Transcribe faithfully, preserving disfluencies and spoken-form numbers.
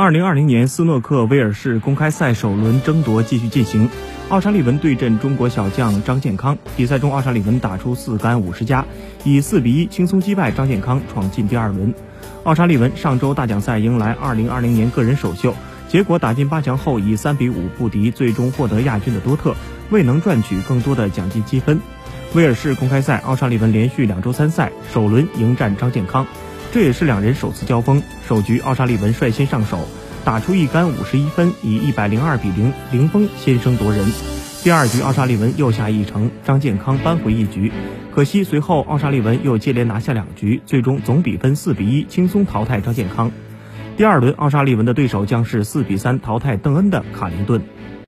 二零二零年斯诺克威尔士公开赛首轮争夺继续进行，奥沙利文对阵中国小将张建康。比赛中，奥沙利文打出四杆五十加，以四比一轻松击败张建康，闯进第二轮。奥沙利文上周大奖赛迎来二零二零年个人首秀，结果打进八强后以三比五不敌最终获得亚军的多特，未能赚取更多的奖金积分。威尔士公开赛，奥沙利文连续两周参赛，首轮迎战张建康。这也是两人首次交锋。首局奥沙利文率先上手，打出一杆五十一分，以一百零二比零零封先声夺人。第二局奥沙利文又下一城，张建康扳回一局，可惜随后奥沙利文又接连拿下两局，最终总比分四比一轻松淘汰张建康。第二轮奥沙利文的对手将是四比三淘汰邓恩的卡林顿。